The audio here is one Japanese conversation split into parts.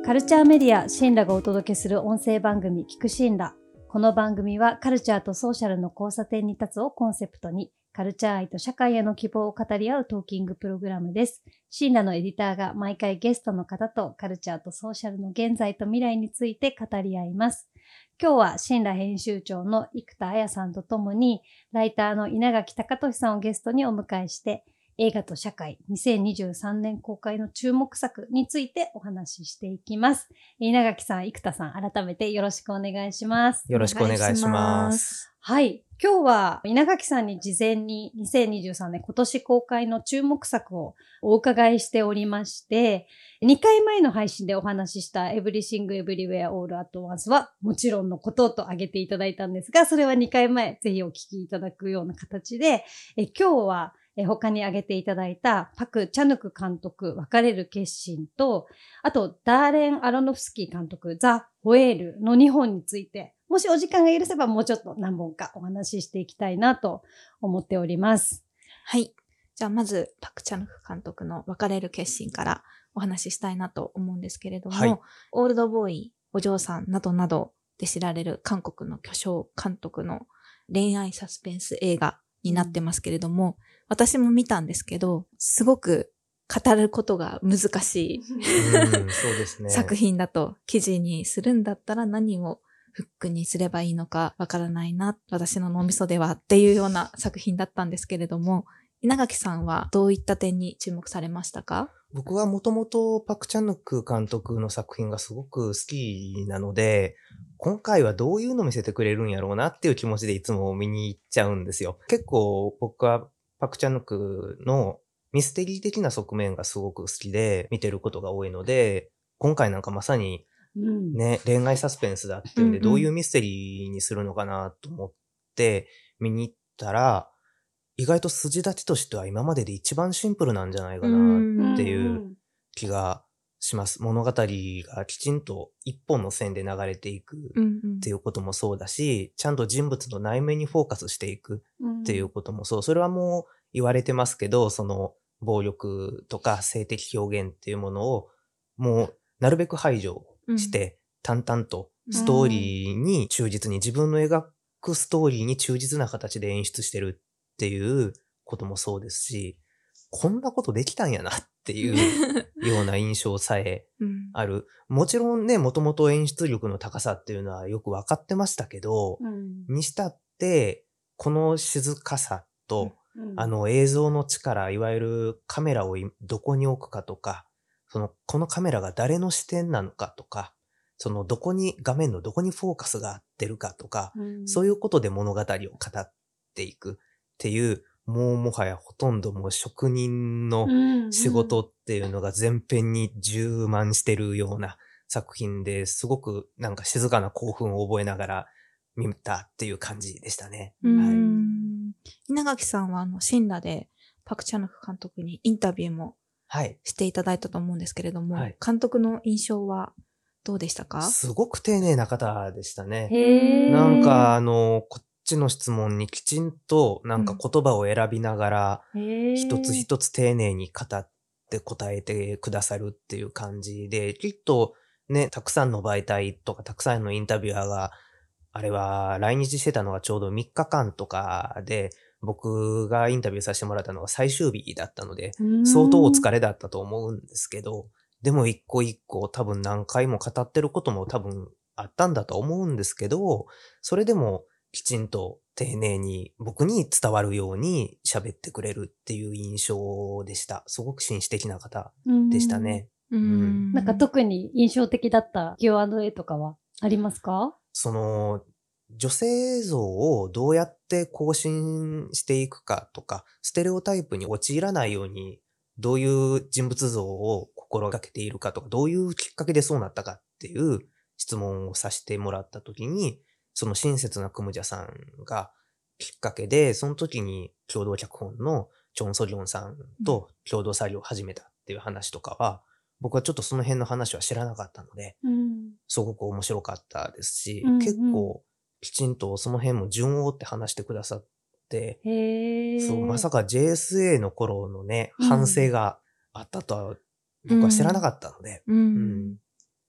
カルチャーメディアシンラがお届けする音声番組聞くシンラ。この番組はカルチャーとソーシャルの交差点に立つをコンセプトにカルチャー愛と社会への希望を語り合うトーキングプログラムです。シンラのエディターが毎回ゲストの方とカルチャーとソーシャルの現在と未来について語り合います。今日はシンラ編集長の生田彩さんとともにライターの稲垣隆俊さんをゲストにお迎えして映画と社会2023年公開の注目作についてお話ししていきます。稲垣さん、生田さん、改めてよろしくお願いします。 よろしくお願いします。 はい。今日は稲垣さんに事前に2023年今年公開の注目作をお伺いしておりまして、2回前の配信でお話しした Everything Everywhere All at Once はもちろんのことと挙げていただいたんですが、それは2回前ぜひお聞きいただくような形で、今日は他に挙げていただいたパク・チャヌク監督別れる決心と、あとダーレン・アロノフスキー監督ザ・ホエールの2本について、もしお時間が許せばもうちょっと何本かお話ししていきたいなと思っております。 はい。じゃあまずパク・チャヌク監督の別れる決心からお話ししたいなと思うんですけれども、はい、オールドボーイ、お嬢さんなどなどで知られる韓国の巨匠監督の恋愛サスペンス映画になってますけれども、私も見たんですけど、すごく語ることが難しいそうですね、 作品だと、記事にするんだったら何をフックにすればいいのかわからないな、私の脳みそではっていうような作品だったんですけれども、稲垣さんはどういった点に注目されましたか？ 僕はもともとパク・チャヌク監督の作品がすごく好きなので、今回はどういうの見せてくれるんやろうなっていう気持ちでいつも見に行っちゃうんですよ。結構僕はパク・チャヌクのミステリー的な側面がすごく好きで見てることが多いので、今回なんかまさにね、恋愛サスペンスだっていうんで、どういうミステリーにするのかなと思って見に行ったら、意外と筋立ちとしては今までで一番シンプルなんじゃないかなっていう気がします。物語がきちんと一本の線で流れていくっていうこともそうだし、ちゃんと人物の内面にフォーカスしていくっていうこともそう。それはもう言われてますけど、その暴力とか性的表現っていうものをもうなるべく排除して淡々とストーリーに忠実に、自分の描くストーリーに忠実な形で演出してるっていうこともそうですし、こんなことできたんやなっていうような印象さえある。もちろんね、もともと演出力の高さっていうのはよくわかってましたけど、にしたって、この静かさと、映像の力、いわゆるカメラをどこに置くかとか、このカメラが誰の視点なのかとか、画面のどこにフォーカスが合ってるかとか、そういうことで物語を語っていくっていう、もはやほとんどもう職人の仕事っていうのが全編に充満してるような作品で、すごくなんか静かな興奮を覚えながら見たっていう感じでしたね。 稲垣さんはシンラでパク・チャヌク監督にインタビューもしていただいたと思うんですけれども、監督の印象はどうでしたか？ すごく丁寧な方でしたね。なんかこっちの質問にきちんとなんか言葉を選びながら、一つ一つ丁寧に語って答えてくださるっていう感じで、きっとね、たくさんの媒体とかたくさんのインタビュアーが、あれは来日してたのがちょうど3日間とかで、僕がインタビューさせてもらったのが最終日だったので、相当お疲れだったと思うんですけど、でも一個一個多分何回も語ってることも多分あったんだと思うんですけど、それでもきちんと丁寧に僕に伝わるように喋ってくれるっていう印象でした。すごく紳士的な方でしたね。 なんか特に印象的だった Q&A とかはありますか？ 女性像をどうやって更新していくかとか、ステレオタイプに陥らないようにどういう人物像を心がけているかとか、どういうきっかけでそうなったかっていう質問をさせてもらったときに、その親切なクムジャさんがきっかけで、その時に共同脚本のチョン・ソリョンさんと共同作業を始めたっていう話とかは、僕はちょっとその辺の話は知らなかったので、すごく面白かったですし、結構きちんとその辺も順を追って話してくださって、そう、まさか JSA の頃のね、反省があったとは僕は知らなかったので、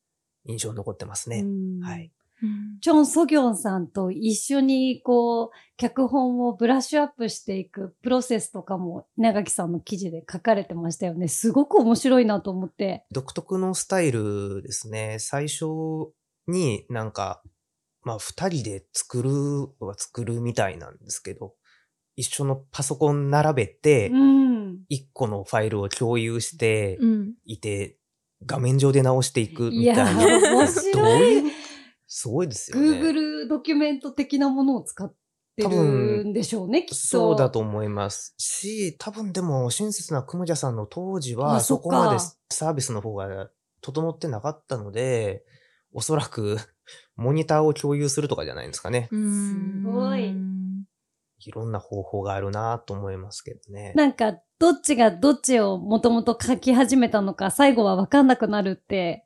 印象に残ってますね。はい。 チョン・ソギョンさんと一緒に脚本をブラッシュアップしていくプロセスとかも稲垣さんの記事で書かれてましたよね。すごく面白いなと思って。 独特のスタイルですね。最初に二人で作るみたいなんですけど、一緒のパソコン並べて、一個のファイルを共有していて、画面上で直していくみたいな。 いや、面白い。 すごいですよね。 Google ドキュメント的なものを使ってるんでしょうね、きっと。 そうだと思いますし、多分でも、親切なクムジャさんの当時は、そこまでサービスの方が整ってなかったので、おそらく、モニターを共有するとかじゃないんですかね。 すごい。 いろんな方法があるなと思いますけどね。 どっちがどっちをもともと書き始めたのか、最後は分かんなくなるって。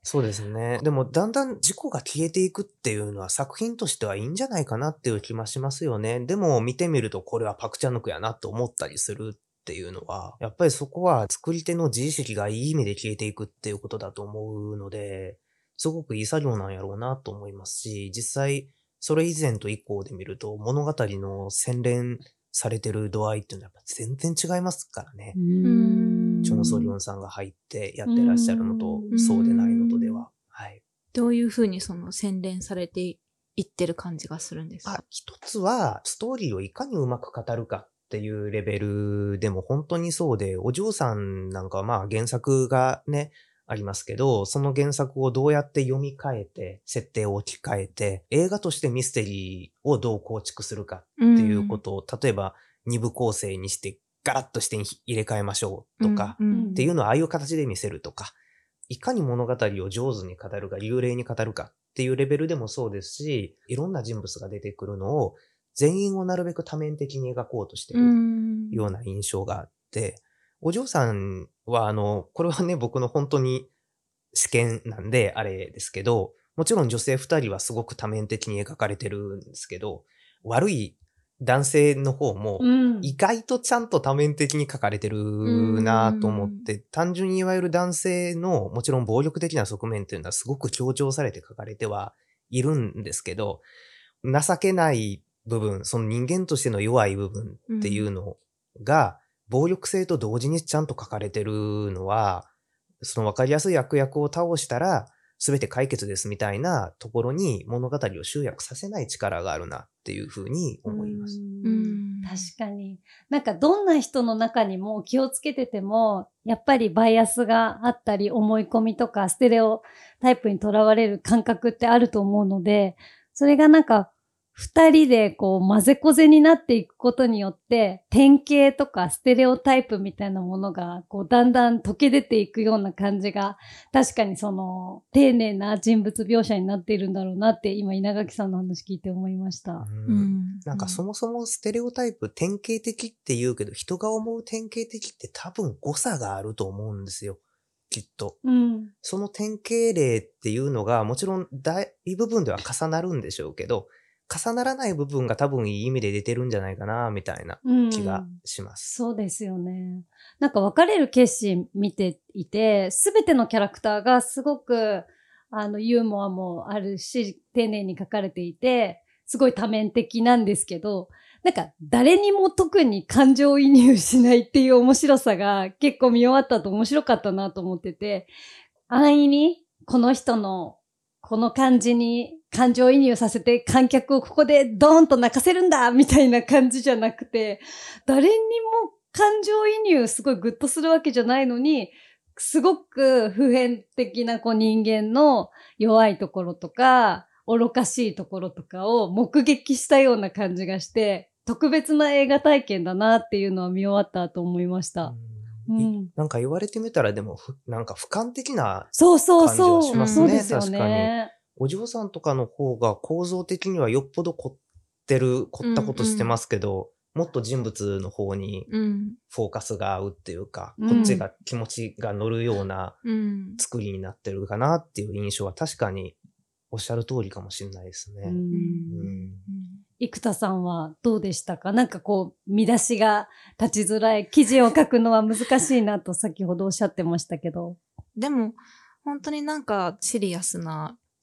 そうですね。でも、だんだん自己が消えていくっていうのは作品としてはいいんじゃないかなっていう気もしますよね。でも、見てみるとこれはパクチャヌクやなと思ったりするっていうのは、やっぱりそこは作り手の自意識がいい意味で消えていくっていうことだと思うので、すごくいい作業なんやろうなと思いますし、実際、それ以前と以降で見ると物語の洗練されてる度合いっていうのはやっぱ全然違いますからね。チョン・ソリョンさんが入ってやってらっしゃるのと、そうでないのとでは。はい。 どういうふうにその洗練されていってる感じがするんですか？ 一つは、ストーリーをいかにうまく語るかっていうレベルでも本当にそうで、お嬢さんなんかは原作がね、ありますけど、その原作をどうやって読み替えて、設定を置き換えて、映画としてミステリーをどう構築するかっていうことを、例えば二部構成にしてガラッとして入れ替えましょうとか、っていうのをああいう形で見せるとか、いかに物語を上手に語るか、幽霊に語るかっていうレベルでもそうですし、いろんな人物が出てくるのを全員をなるべく多面的に描こうとしているような印象があって、お嬢さんはこれはね、僕の本当に試験なんであれですけど、もちろん女性二人はすごく多面的に描かれてるんですけど、悪い男性の方も意外とちゃんと多面的に描かれてるなと思って、単純にいわゆる男性のもちろん暴力的な側面っていうのはすごく強調されて描かれてはいるんですけど、情けない部分、その人間としての弱い部分っていうのが、暴力性と同時にちゃんと書かれてるのは、その分かりやすい悪役を倒したら全て解決ですみたいなところに物語を集約させない力があるなっていうふうに思います。 確かに。どんな人の中にも気をつけてても、やっぱりバイアスがあったり、思い込みとかステレオタイプにとらわれる感覚ってあると思うので、それが二人で混ぜこぜになっていくことによって、典型とかステレオタイプみたいなものが、だんだん溶け出ていくような感じが、確かに丁寧な人物描写になっているんだろうなって、今稲垣さんの話聞いて思いました。 そもそもステレオタイプ、典型的って言うけど、人が思う典型的って多分誤差があると思うんですよ。きっと。その典型例っていうのが、もちろん大部分では重なるんでしょうけど、重ならない部分が多分いい意味で出てるんじゃないかな、みたいな気がします。 そうですよね。別れる決心見ていて、すべてのキャラクターがすごく、ユーモアもあるし、丁寧に書かれていて、すごい多面的なんですけど、誰にも特に感情移入しないっていう面白さが結構見終わった後面白かったなと思ってて、安易にこの人のこの感じに感情移入させて観客をここでドーンと泣かせるんだみたいな感じじゃなくて、誰にも感情移入すごいグッとするわけじゃないのに、すごく普遍的な人間の弱いところとか、愚かしいところとかを目撃したような感じがして、特別な映画体験だなっていうのは見終わったと思いました。 言われてみたらでも、俯瞰的な感じはしますね。 そうですよね。 確かに。お嬢さんとかの方が構造的にはよっぽど凝ったことしてますけど、もっと人物の方にフォーカスが合うっていうか、こっちが気持ちが乗るような作りになってるかなっていう印象は確かにおっしゃる通りかもしれないですね。 生田さんはどうでしたか？見出しが立ちづらい、記事を書くのは難しいなと先ほどおっしゃってましたけど。 でも、本当にシリアスな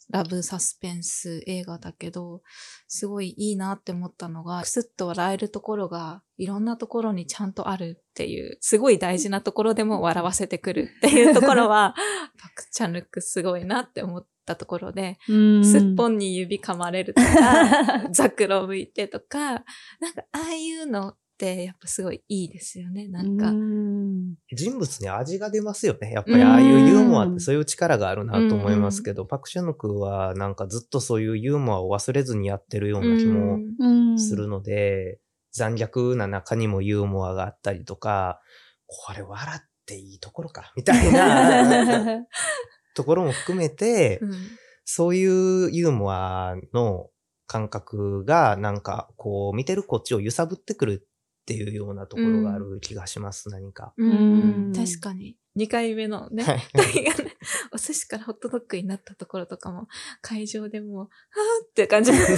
ラブサスペンス映画だけど、すごいいいなって思ったのが、クスッと笑えるところがいろんなところにちゃんとあるっていう、すごい大事なところでも笑わせてくるっていうところは、パクチャヌクすごいなって思ったところで、すっぽんに指噛まれるとか、ザクロ向いてとか、なんかああいうのってやっぱすごいいいですよね。なんか。 人物に味が出ますよね。やっぱりああいうユーモアってそういう力があるなと思いますけど、パクチャヌクはなんかずっとそういうユーモアを忘れずにやってるような気もするので、残虐な中にもユーモアがあったりとか、これ笑っていいところか、みたいなところも含めて、そういうユーモアの感覚がなんかこう見てるこっちを揺さぶってくるっていうようなところがある気がします、何か。 確かに。2回目のね、お寿司からホットドッグになったところとかも、会場でもう、はぁって感じだった。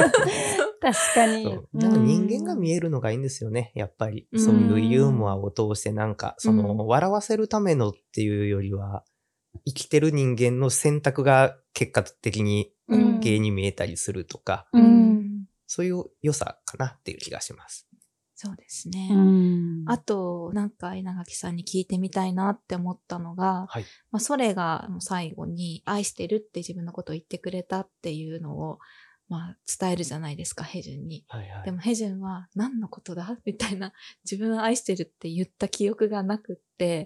確かに。 でも人間が見えるのがいいんですよね、やっぱり。そういうユーモアを通してなんか、笑わせるためのっていうよりは、生きてる人間の選択が結果的に芸に見えたりするとか、そういう良さかなっていう気がします。 そうですね。あと、なんか稲垣さんに聞いてみたいなって思ったのが、ソレが最後に愛してるって自分のことを言ってくれたっていうのを、伝えるじゃないですか、ヘジュンに。でもヘジュンは何のことだみたいな、自分は愛してるって言った記憶がなくって、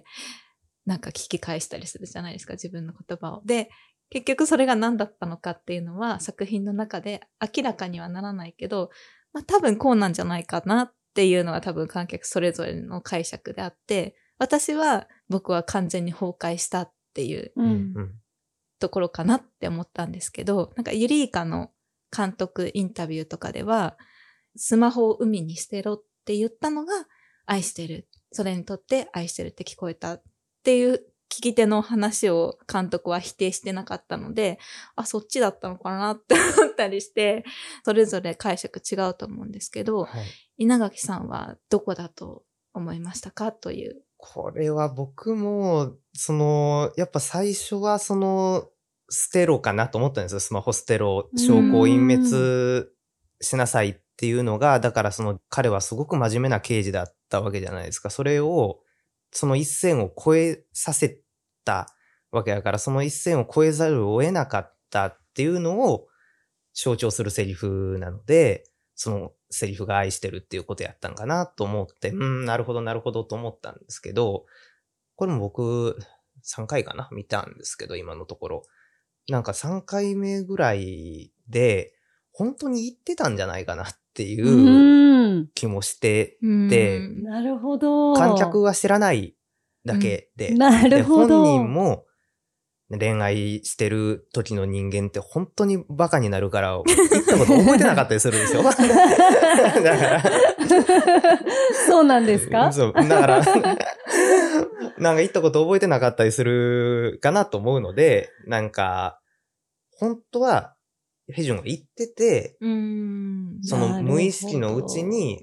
なんか聞き返したりするじゃないですか、自分の言葉を。で、結局それが何だったのかっていうのは作品の中で明らかにはならないけど、多分こうなんじゃないかなっていうのが多分観客それぞれの解釈であって、僕は完全に崩壊したっていうところかなって思ったんですけど、なんかユリイカの監督インタビューとかでは、スマホを海に捨てろって言ったのが愛してる。それにとって愛してるって聞こえたっていう聞き手の話を監督は否定してなかったので、そっちだったのかなって思ったりして、それぞれ解釈違うと思うんですけど、稲垣さんはどこだと思いましたかという。 これは僕も、やっぱ最初は捨てろかなと思ったんですよ。スマホ捨てろ、証拠を隠滅しなさいっていうのが、だから彼はすごく真面目な刑事だったわけじゃないですか。それを、その一線を越えさせたわけだから、その一線を越えざるを得なかったっていうのを象徴するセリフなので、そのセリフが愛してるっていうことやったんかなと思って、なるほどなるほどと思ったんですけど、これも僕3回かな見たんですけど、今のところ。なんか3回目ぐらいで、本当に言ってたんじゃないかなっていう気もしてて、 なるほど。 観客は知らないだけで、 なるほど。 本人も恋愛してる時の人間って本当にバカになるから、言ったこと覚えてなかったりするんですよ。だから。 そうなんですか？ そう。だから、なんか言ったこと覚えてなかったりするかなと思うので、なんか、本当は、ヘジュンが言ってて、その無意識のうちに、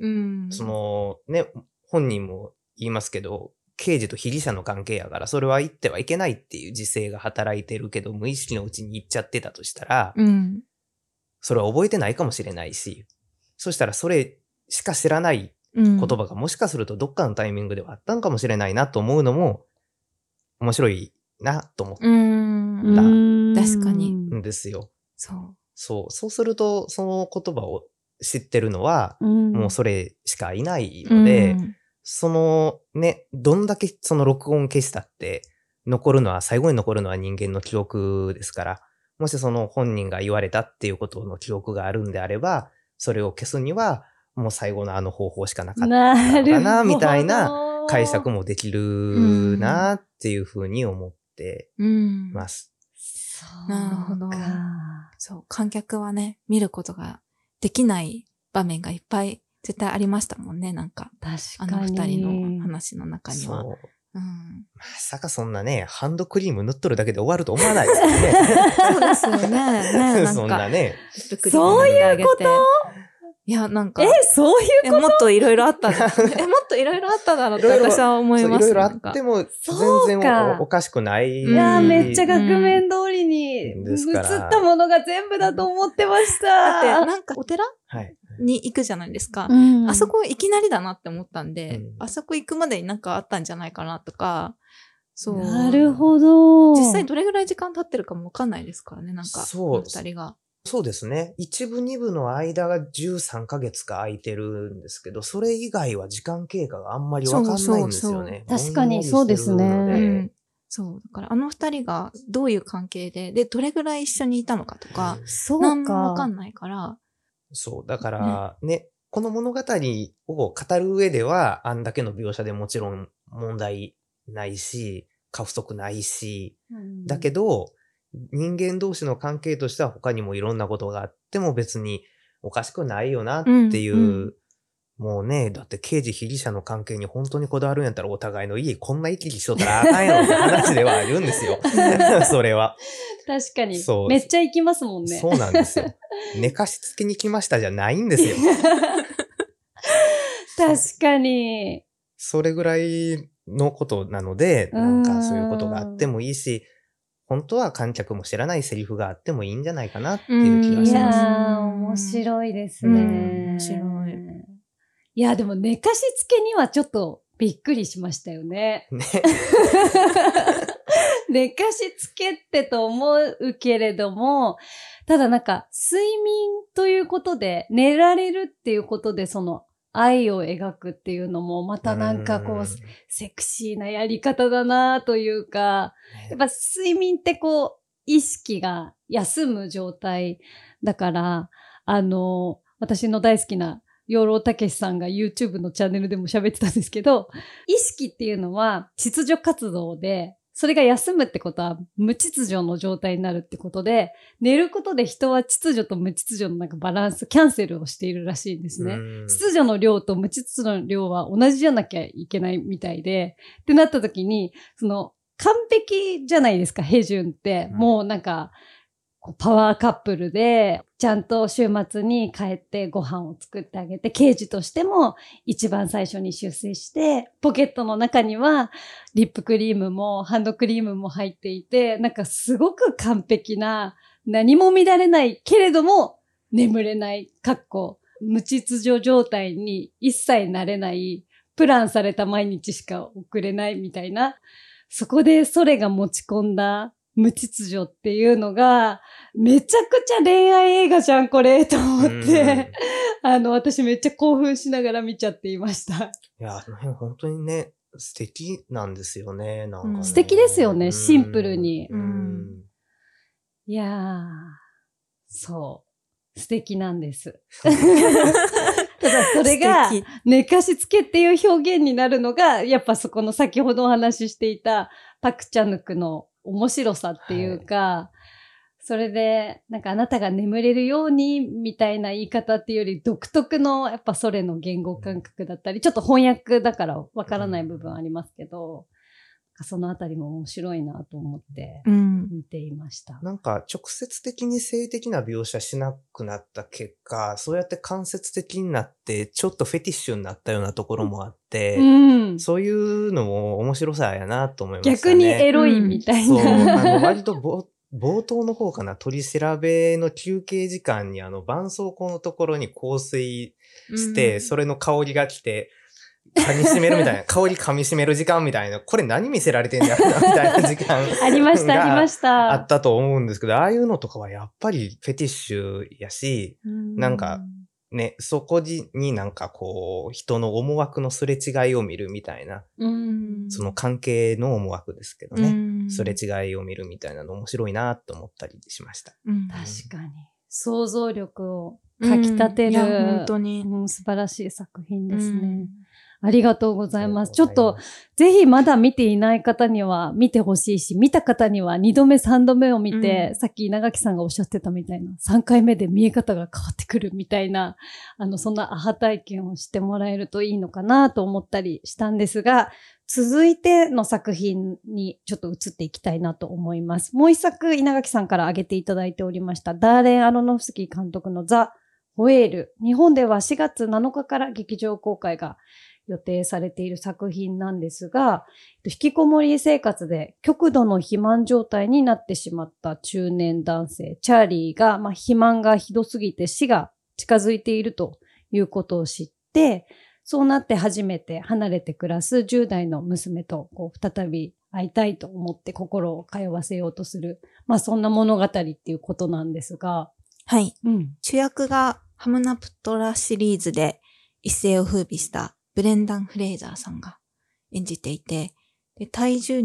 本人も言いますけど、刑事と被疑者の関係やから、それは言ってはいけないっていう自制が働いてるけど、無意識のうちに言っちゃってたとしたら、それは覚えてないかもしれないし、そしたらそれしか知らない言葉がもしかするとどっかのタイミングではあったんかもしれないなと思うのも、面白いなと思った。 確かに。 んですよ。そうすると、その言葉を知ってるのは、もうそれしかいないので、どんだけその録音消したって、最後に残るのは人間の記憶ですから、もしその本人が言われたっていうことの記憶があるんであれば、それを消すには、もう最後の方法しかなかったのかな、みたいな解釈もできるなっていうふうに思ってます。 なるほど。そう、観客はね、見ることができない場面がいっぱい絶対ありましたもんね、なんか。 確かに。 二人の話の中には。 まさかそんなね、ハンドクリーム塗っとるだけで終わると思わないですよね。 そうですよね。 そんなね。 そういうこと？ いや、なんか。 そういうこと？ もっといろいろあったもっといろいろあっただろうって私は思います。 いろいろあっても、全然おかしくない。 いや、めっちゃ額面通りに映ったものが全部だと思ってました。 だって、なんかお寺に行くじゃないですか。あそこいきなりだなって思ったんで、あそこ行くまでになんかあったんじゃないかなとか、そう。 なるほど。 実際どれぐらい時間経ってるかもわかんないですからね、なんか、お二人が。 そうですね。一部二部の間が13ヶ月か空いてるんですけど、それ以外は時間経過があんまりわかんないんですよね。 確かにそうですね。 そう。だから二人がどういう関係で、どれぐらい一緒にいたのかとか、 何もわかんないから。 そう。だからね、この物語を語る上では、あんだけの描写でもちろん問題ないし、過不足ないし、だけど、人間同士の関係としては他にもいろんなことがあっても別におかしくないよなっていう、もうね、だって刑事被疑者の関係に本当にこだわるんやったらお互いの家こんな行き来しとったらあかんやろって話ではあるんですよ。それは。 確かに。めっちゃ行きますもんね。 そうなんですよ。寝かしつけに来ましたじゃないんですよ。 確かに。 それぐらいのことなので、なんかそういうことがあってもいいし、本当は観客も知らないセリフがあってもいいんじゃないかなっていう気がします。 いやー、面白いですね。 面白い。 いや、でも寝かしつけにはちょっとびっくりしましたよね。寝かしつけってと思うけれども、ただなんか睡眠ということで、寝られるっていうことでその愛を描くっていうのもまたなんかこうセクシーなやり方だなというか、やっぱ睡眠ってこう意識が休む状態だから、私の大好きな養老たけしさんが YouTube のチャンネルでも喋ってたんですけど、意識っていうのは秩序活動で、それが休むってことは無秩序の状態になるってことで、寝ることで人は秩序と無秩序のなんかバランス、キャンセルをしているらしいんですね。秩序の量と無秩序の量は同じじゃなきゃいけないみたいで、ってなった時に、その完璧じゃないですか、ヘジュンって。もうなんか、パワーカップルで、ちゃんと週末に帰ってご飯を作ってあげて、刑事としても一番最初に出世して、ポケットの中にはリップクリームもハンドクリームも入っていて、なんかすごく完璧な、何も乱れないけれども眠れない、無秩序状態に一切なれない、プランされた毎日しか送れないみたいな、そこでそれが持ち込んだ無秩序っていうのが、めちゃくちゃ恋愛映画じゃん、これ、と思って、私めっちゃ興奮しながら見ちゃっていました。いや、あの辺本当にね、素敵なんですよね、なんかね。 素敵ですよね、シンプルに。いやー、そう、素敵なんです。ただそれが寝かしつけっていう表現になるのが、やっぱそこの先ほどお話ししていたパクチャヌクの面白さっていうか、それで、なんかあなたが眠れるようにみたいな言い方っていうより独特のやっぱそれの言語感覚だったり、ちょっと翻訳だからわからない部分ありますけど、そのあたりも面白いなと思って見ていました。 なんか直接的に性的な描写しなくなった結果、そうやって間接的になってちょっとフェティッシュになったようなところもあって、そういうのも面白さやなと思いましたね。 逆にエロいみたいな。 そう、割と冒頭の方かな、取り調べの休憩時間に絆創膏のところに香水して、それの香りが来て、噛み締めるみたいな、香り噛み締める時間みたいな、これ何見せられてんだろうなみたいな時間ありました、ありました。 あったと思うんですけど、ああいうのとかはやっぱりフェティッシュやし、なんかね、そこになんかこう、人の思惑のすれ違いを見るみたいな、その関係の思惑ですけどね、すれ違いを見るみたいなの面白いなと思ったりしました。 確かに。想像力をかき立てる、 本当に、 素晴らしい作品ですね。ありがとうございます。ちょっと、ぜひまだ見ていない方には見てほしいし、見た方には2度目、3度目を見て、さっき稲垣さんがおっしゃってたみたいな、3回目で見え方が変わってくるみたいな、そんなアハ体験をしてもらえるといいのかなと思ったりしたんですが、続いての作品にちょっと移っていきたいなと思います。もう一作稲垣さんから挙げていただいておりました、ダーレン・アロノフスキー監督のザ・ホエール。日本では4月7日から劇場公開が予定されている作品なんですが、引きこもり生活で極度の肥満状態になってしまった中年男性、チャーリーが、肥満がひどすぎて死が近づいているということを知って、そうなって初めて離れて暮らす10代の娘と再び会いたいと思って心を通わせようとする、そんな物語っていうことなんですが。 はい。主役がハムナプトラシリーズで一世を風靡したブレンダン・フレイザーさんが演じていて、で体重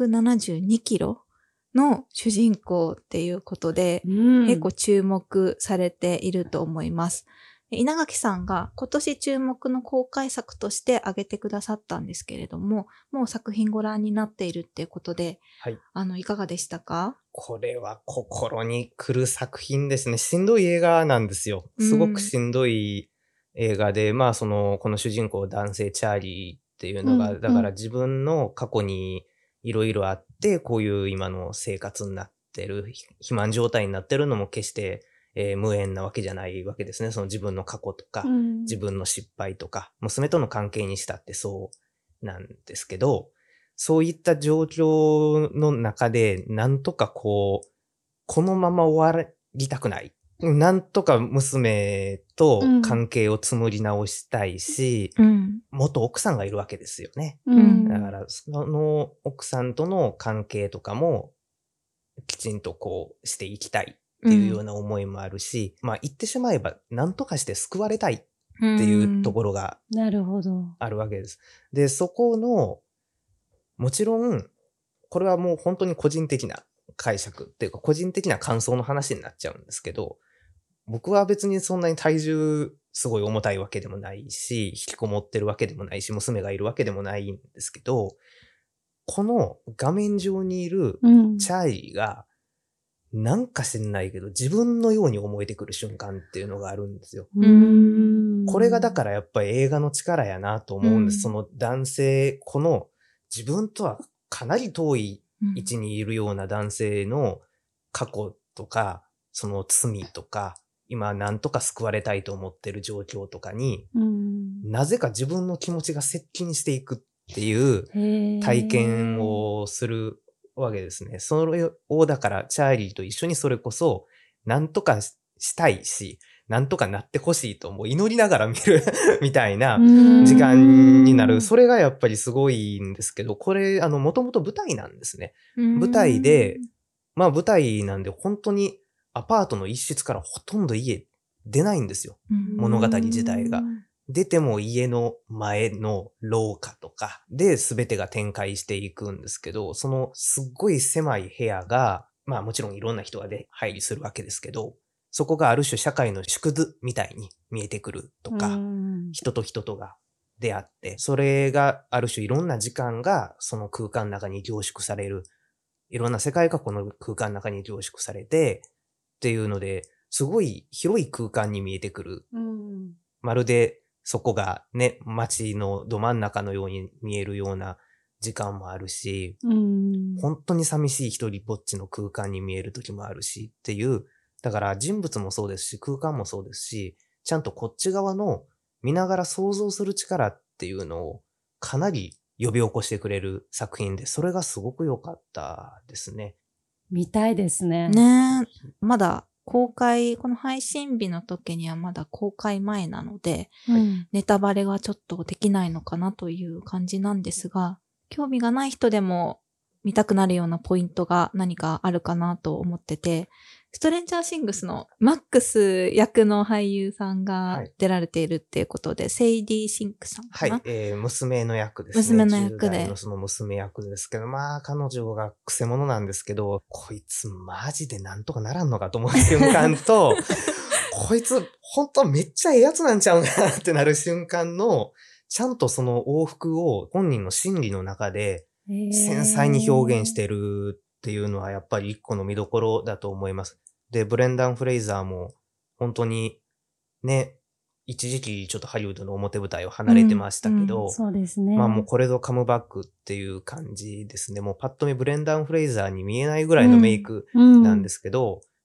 272キロの主人公っていうことで、結構注目されていると思います。稲垣さんが今年注目の公開作として挙げてくださったんですけれども、もう作品ご覧になっているっていうことで、 はい。 いかがでしたか？ これは心に来る作品ですね。しんどい映画なんですよ。すごくしんどい映画で、この主人公男性チャーリーっていうのが、だから自分の過去にいろいろあって、こういう今の生活になってる、肥満状態になってるのも決して、無縁なわけじゃないわけですね。その自分の過去とか、自分の失敗とか、娘との関係にしたってそうなんですけど、そういった状況の中で、なんとかこのまま終わりたくない。なんとか娘と関係を紡り直したいし、元奥さんがいるわけですよね。だから、その奥さんとの関係とかも、きちんとしていきたいっていうような思いもあるし、言ってしまえば、なんとかして救われたいっていうところがあるわけです。で、そこの、もちろん、これはもう本当に個人的な解釈っていうか、個人的な感想の話になっちゃうんですけど、僕は別にそんなに体重すごい重たいわけでもないし、引きこもってるわけでもないし、娘がいるわけでもないんですけど、この画面上にいるチャーリーが、なんか知んないけど、自分のように思えてくる瞬間っていうのがあるんですよ。これがだからやっぱり映画の力やなと思うんです。その男性、この自分とはかなり遠い位置にいるような男性の過去とか、その罪とか、今なんとか救われたいと思ってる状況とかに、なぜか自分の気持ちが接近していくっていう体験をするわけですね。それをだからチャーリーと一緒にそれこそなんとかしたいし、なんとかなってほしいともう祈りながら見るみたいな時間になる。それがやっぱりすごいんですけど、これもともと舞台なんですね。舞台で、舞台なんで本当にアパートの一室からほとんど家出ないんですよ。物語自体が。出ても家の前の廊下とかで全てが展開していくんですけど、そのすっごい狭い部屋が、もちろんいろんな人が出入りするわけですけど、そこがある種社会の縮図みたいに見えてくるとか、人と人とが出会って、それがある種いろんな時間がその空間の中に凝縮される。いろんな世界がこの空間の中に凝縮されて、っていうので、すごい広い空間に見えてくる。まるでそこがね、街のど真ん中のように見えるような時間もあるし、本当に寂しい一人ぼっちの空間に見える時もあるしっていう、だから人物もそうですし、空間もそうですし、ちゃんとこっち側の見ながら想像する力っていうのをかなり呼び起こしてくれる作品で、それがすごく良かったですね。 見たいですね。 ねえ。まだ公開、この配信日の時にはまだ公開前なので、ネタバレがちょっとできないのかなという感じなんですが、興味がない人でも見たくなるようなポイントが何かあるかなと思ってて、ストレンジャーシングスのマックス役の俳優さんが出られているっていうことで、セイディ・シンクさんかな？ はい、娘の役ですね。 娘の役で。 10代のその娘役ですけど、彼女がクセ者なんですけど、こいつマジでなんとかならんのかと思う瞬間と、こいつ本当めっちゃええやつなんちゃうなってなる瞬間の、ちゃんとその往復を本人の心理の中で繊細に表現してるっていうのはやっぱり一個の見どころだと思います。で、ブレンダン・フレイザーも本当にね、一時期ちょっとハリウッドの表舞台を離れてましたけど、 そうですね。 もうこれぞカムバックっていう感じですね。もうパッと見ブレンダン・フレイザーに見えないぐらいのメイクなんですけど、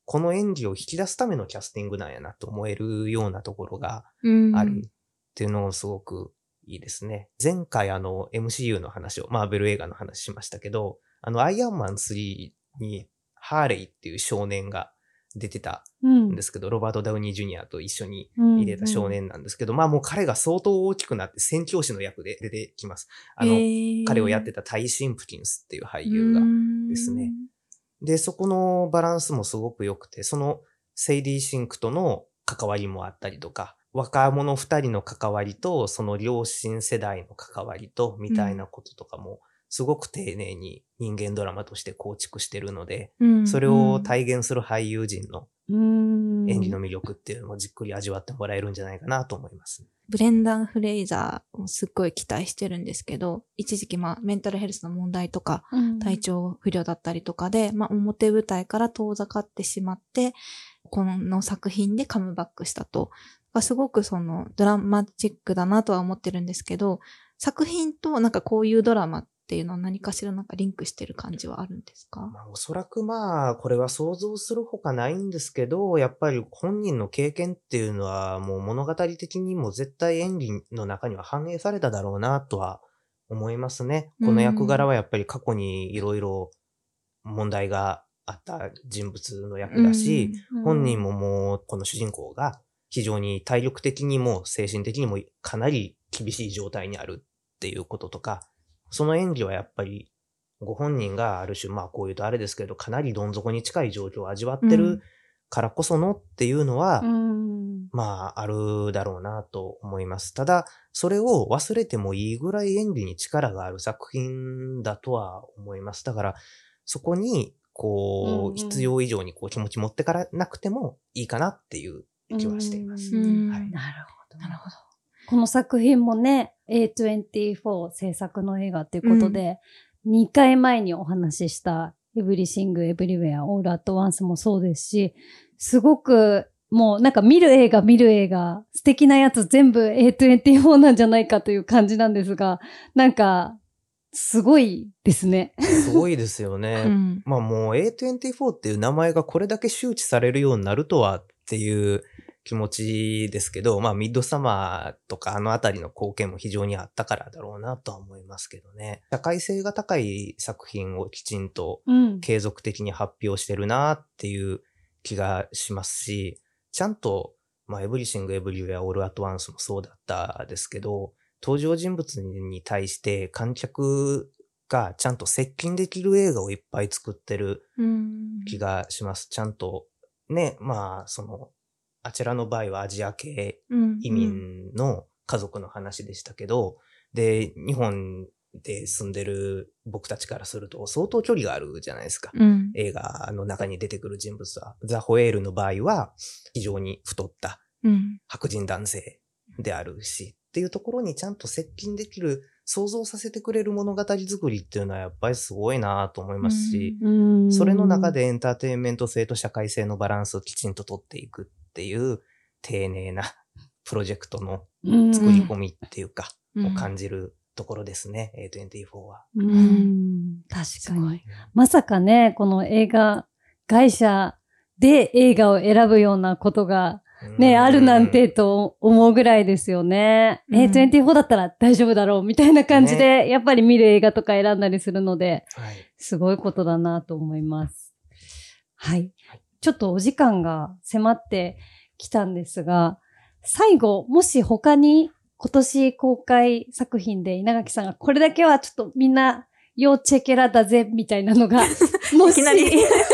この演技を引き出すためのキャスティングなんやなと思えるようなところがあるっていうのをすごくいいですね。前回MCU の話を、マーベル映画の話しましたけど、アイアンマン3にハーレイっていう少年が出てたんですけど、ロバート・ダウニー・ジュニアと一緒に入れた少年なんですけど、まあもう彼が相当大きくなって宣教師の役で出てきます。彼をやってたタイ・シンプキンスっていう俳優がですね。で、そこのバランスもすごく良くて、そのセイディ・シンクとの関わりもあったりとか、若者二人の関わりと、その両親世代の関わりと、みたいなこととかも、すごく丁寧に人間ドラマとして構築してるので、それを体現する俳優陣の演技の魅力っていうのもじっくり味わってもらえるんじゃないかなと思います。 ブレンダン・フレイザーをすっごい期待してるんですけど、一時期メンタルヘルスの問題とか、体調不良だったりとかで、表舞台から遠ざかってしまって、この作品でカムバックしたと。すごくドラマチックだなとは思ってるんですけど、作品とこういうドラマっていうのは何かしらリンクしてる感じはあるんですか？ おそらくこれは想像するほかないんですけど、やっぱり本人の経験っていうのはもう物語的にも絶対演技の中には反映されただろうなとは思いますね。この役柄はやっぱり過去にいろいろ問題があった人物の役だし、本人ももうこの主人公が非常に体力的にも精神的にもかなり厳しい状態にあるっていうこととか、その演技はやっぱりご本人がある種、こういうとあれですけど、かなりどん底に近い状況を味わってるからこそのっていうのは、あるだろうなと思います。ただ、それを忘れてもいいぐらい演技に力がある作品だとは思います。だから、そこに、必要以上に気持ち持ってからなくてもいいかなっていう気はしています。 なるほど。なるほど。この作品もね、A24 制作の映画っていうことで、2回前にお話ししたEverything Everywhere All at Once もそうですし、すごくもう見る映画、素敵なやつ全部 A24 なんじゃないかという感じなんですが、すごいですね。 すごいですよね。もう A24 っていう名前がこれだけ周知されるようになるとはっていう気持ちですけど、ミッドサマーとかあたりの貢献も非常にあったからだろうなとは思いますけどね。社会性が高い作品をきちんと継続的に発表してるなっていう気がしますし、ちゃんと、Everything Everywhere All at Once もそうだったですけど、登場人物に対して観客がちゃんと接近できる映画をいっぱい作ってる気がします。ちゃんとね、あちらの場合はアジア系移民の家族の話でしたけど、で、日本で住んでる僕たちからすると相当距離があるじゃないですか。映画の中に出てくる人物は。ザ・ホエールの場合は非常に太った白人男性であるし、っていうところにちゃんと接近できる、想像させてくれる物語作りっていうのはやっぱりすごいなと思いますし、それの中でエンターテインメント性と社会性のバランスをきちんと取っていくっていう丁寧なプロジェクトの作り込みっていうか、を感じるところですね、A24 は。 確かに。まさかね、この映画会社で映画を選ぶようなことがね、あるなんてと思うぐらいですよね。A24 だったら大丈夫だろうみたいな感じで、やっぱり見る映画とか選んだりするので、すごいことだなと思います。はい。ちょっとお時間が迫ってきたんですが、最後、もし他に今年公開作品で稲垣さんがこれだけはちょっとみんな要チェケラだぜみたいなのが、もしいきなり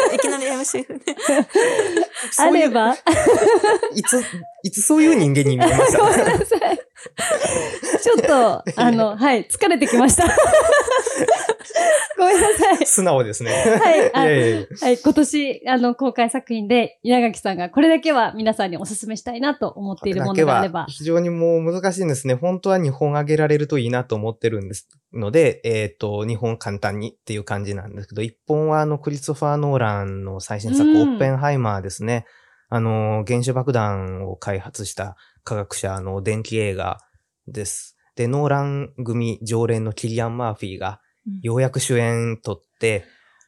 MC あればいつそういう人間に見えましたごめんなさい。ちょっと、疲れてきました。ごめんなさい。 素直ですね。 はい。今年、公開作品で稲垣さんがこれだけは皆さんにお勧めしたいなと思っているものがあれば。 非常にもう難しいんですね。本当は2本挙げられるといいなと思ってるんですので、2本簡単にっていう感じなんですけど、1本はクリストファー・ノーランの最新作、オッペンハイマーですね。原子爆弾を開発した科学者の電気映画です。で、ノーラン組常連のキリアン・マーフィーがようやく主演取って、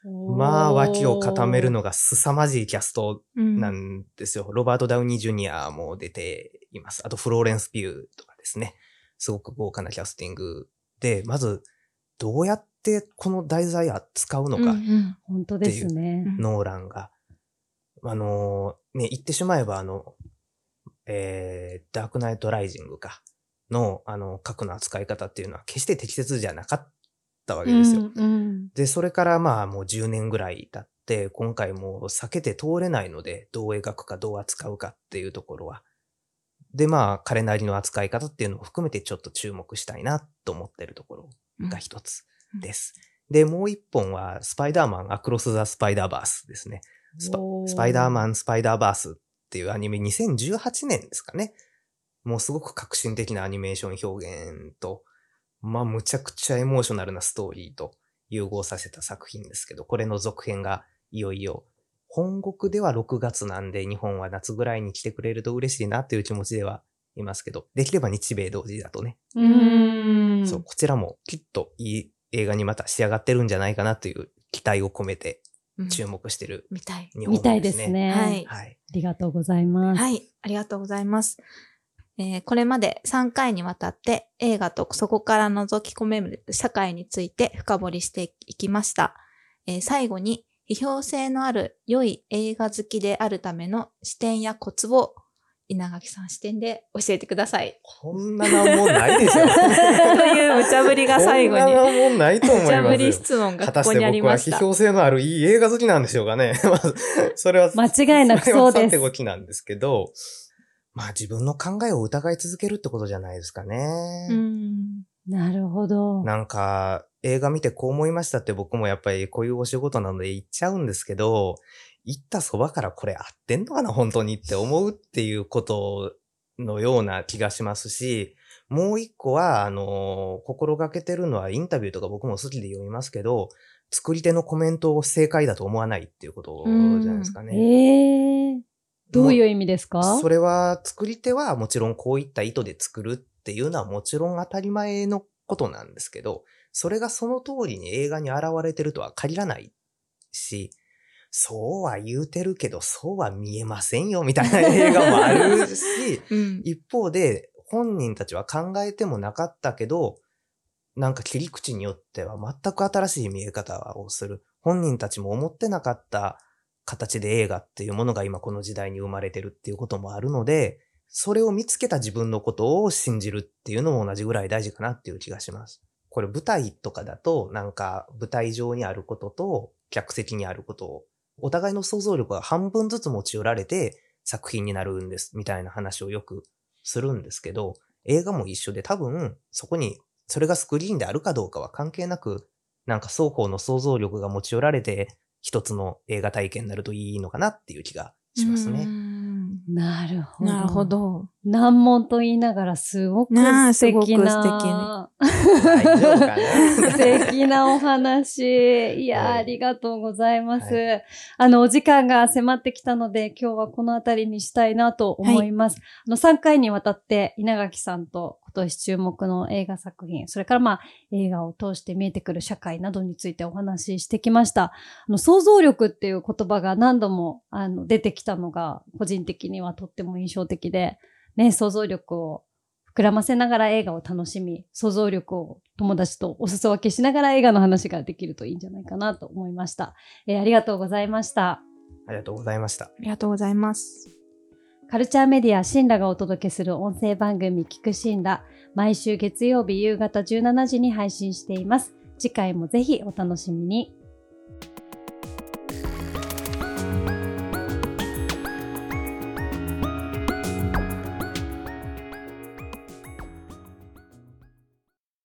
まあ脇を固めるのが凄まじいキャストなんですよ。ロバート・ダウニー・ジュニアも出ています。あとフローレンス・ピューとかですね。すごく豪華なキャスティングで、まずどうやってこの題材扱うのかっていう、 本当ですね。 ノーランが。言ってしまえばダークナイト・ライジングの核の扱い方っていうのは決して適切じゃなかったわけですよ。で、それからまあもう10年ぐらい経って、今回もう避けて通れないので、どう描くかどう扱うかっていうところは。で、まあ彼なりの扱い方っていうのを含めてちょっと注目したいなと思ってるところが一つです。で、もう一本はスパイダーマンアクロス・ザ・スパイダーバースですね。スパイダーマン・スパイダーバースっていうアニメ2018年ですかね。もうすごく革新的なアニメーション表現と、まあむちゃくちゃエモーショナルなストーリーと融合させた作品ですけど、これの続編がいよいよ、本国では6月なんで日本は夏ぐらいに来てくれると嬉しいなっていう気持ちではいますけど、できれば日米同時だとね。そう、こちらもきっといい映画にまた仕上がってるんじゃないかなという期待を込めて注目してる見たいですね。はい。ありがとうございます。 はい、ありがとうございます。これまで3回にわたって映画とそこから覗き込める社会について深掘りしていきました。最後に批評性のある良い映画好きであるための視点やコツを稲垣さん視点で教えてください。 こんな難問ないでしょ。という無茶ぶりが最後に。 こんな難問ないと思います。 無茶ぶり質問がここにありました。 果たして僕は批評性のあるいい映画好きなんでしょうかね。それは間違いなくそうです。 さておきなんですけど、まあ自分の考えを疑い続けるってことじゃないですかね。 なるほど。 なんか映画見てこう思いましたって僕もやっぱりこういうお仕事なので言っちゃうんですけど、行ったそばからこれ合ってんのかな本当にって思うっていうことのような気がしますし、もう一個は心がけてるのはインタビューとか僕も好きで読みますけど、作り手のコメントを正解だと思わないっていうことじゃないですかね。 どういう意味ですか？ それは作り手はもちろんこういった意図で作るっていうのはもちろん当たり前のことなんですけど、それがその通りに映画に現れてるとは限らないし、そうは言うてるけどそうは見えませんよみたいな映画もあるし、一方で本人たちは考えてもなかったけど、なんか切り口によっては全く新しい見え方をする。本人たちも思ってなかった形で映画っていうものが今この時代に生まれてるっていうこともあるので、それを見つけた自分のことを信じるっていうのも同じぐらい大事かなっていう気がします。これ舞台とかだとなんか舞台上にあることと客席にあることをお互いの想像力が半分ずつ持ち寄られて作品になるんですみたいな話をよくするんですけど、映画も一緒で多分そこにそれがスクリーンであるかどうかは関係なく、なんか双方の想像力が持ち寄られて一つの映画体験になるといいのかなっていう気がしますね。 なるほど。 なるほど。 難問と言いながらすごく素敵な。 大丈夫かな素敵なお話。いや、ありがとうございます。お時間が迫ってきたので、今日はこのあたりにしたいなと思います。3回にわたって稲垣さんと今年注目の映画作品、それから映画を通して見えてくる社会などについてお話ししてきました。想像力っていう言葉が何度も出てきたのが個人的にはとっても印象的で、ね、想像力を膨らませながら映画を楽しみ、想像力を友達とお裾分けしながら映画の話ができるといいんじゃないかなと思いました。ありがとうございました。 ありがとうございました。 ありがとうございます。 カルチャーメディアシンラがお届けする音声番組聞くシンラ、毎週月曜日夕方17時に配信しています。次回もぜひお楽しみに。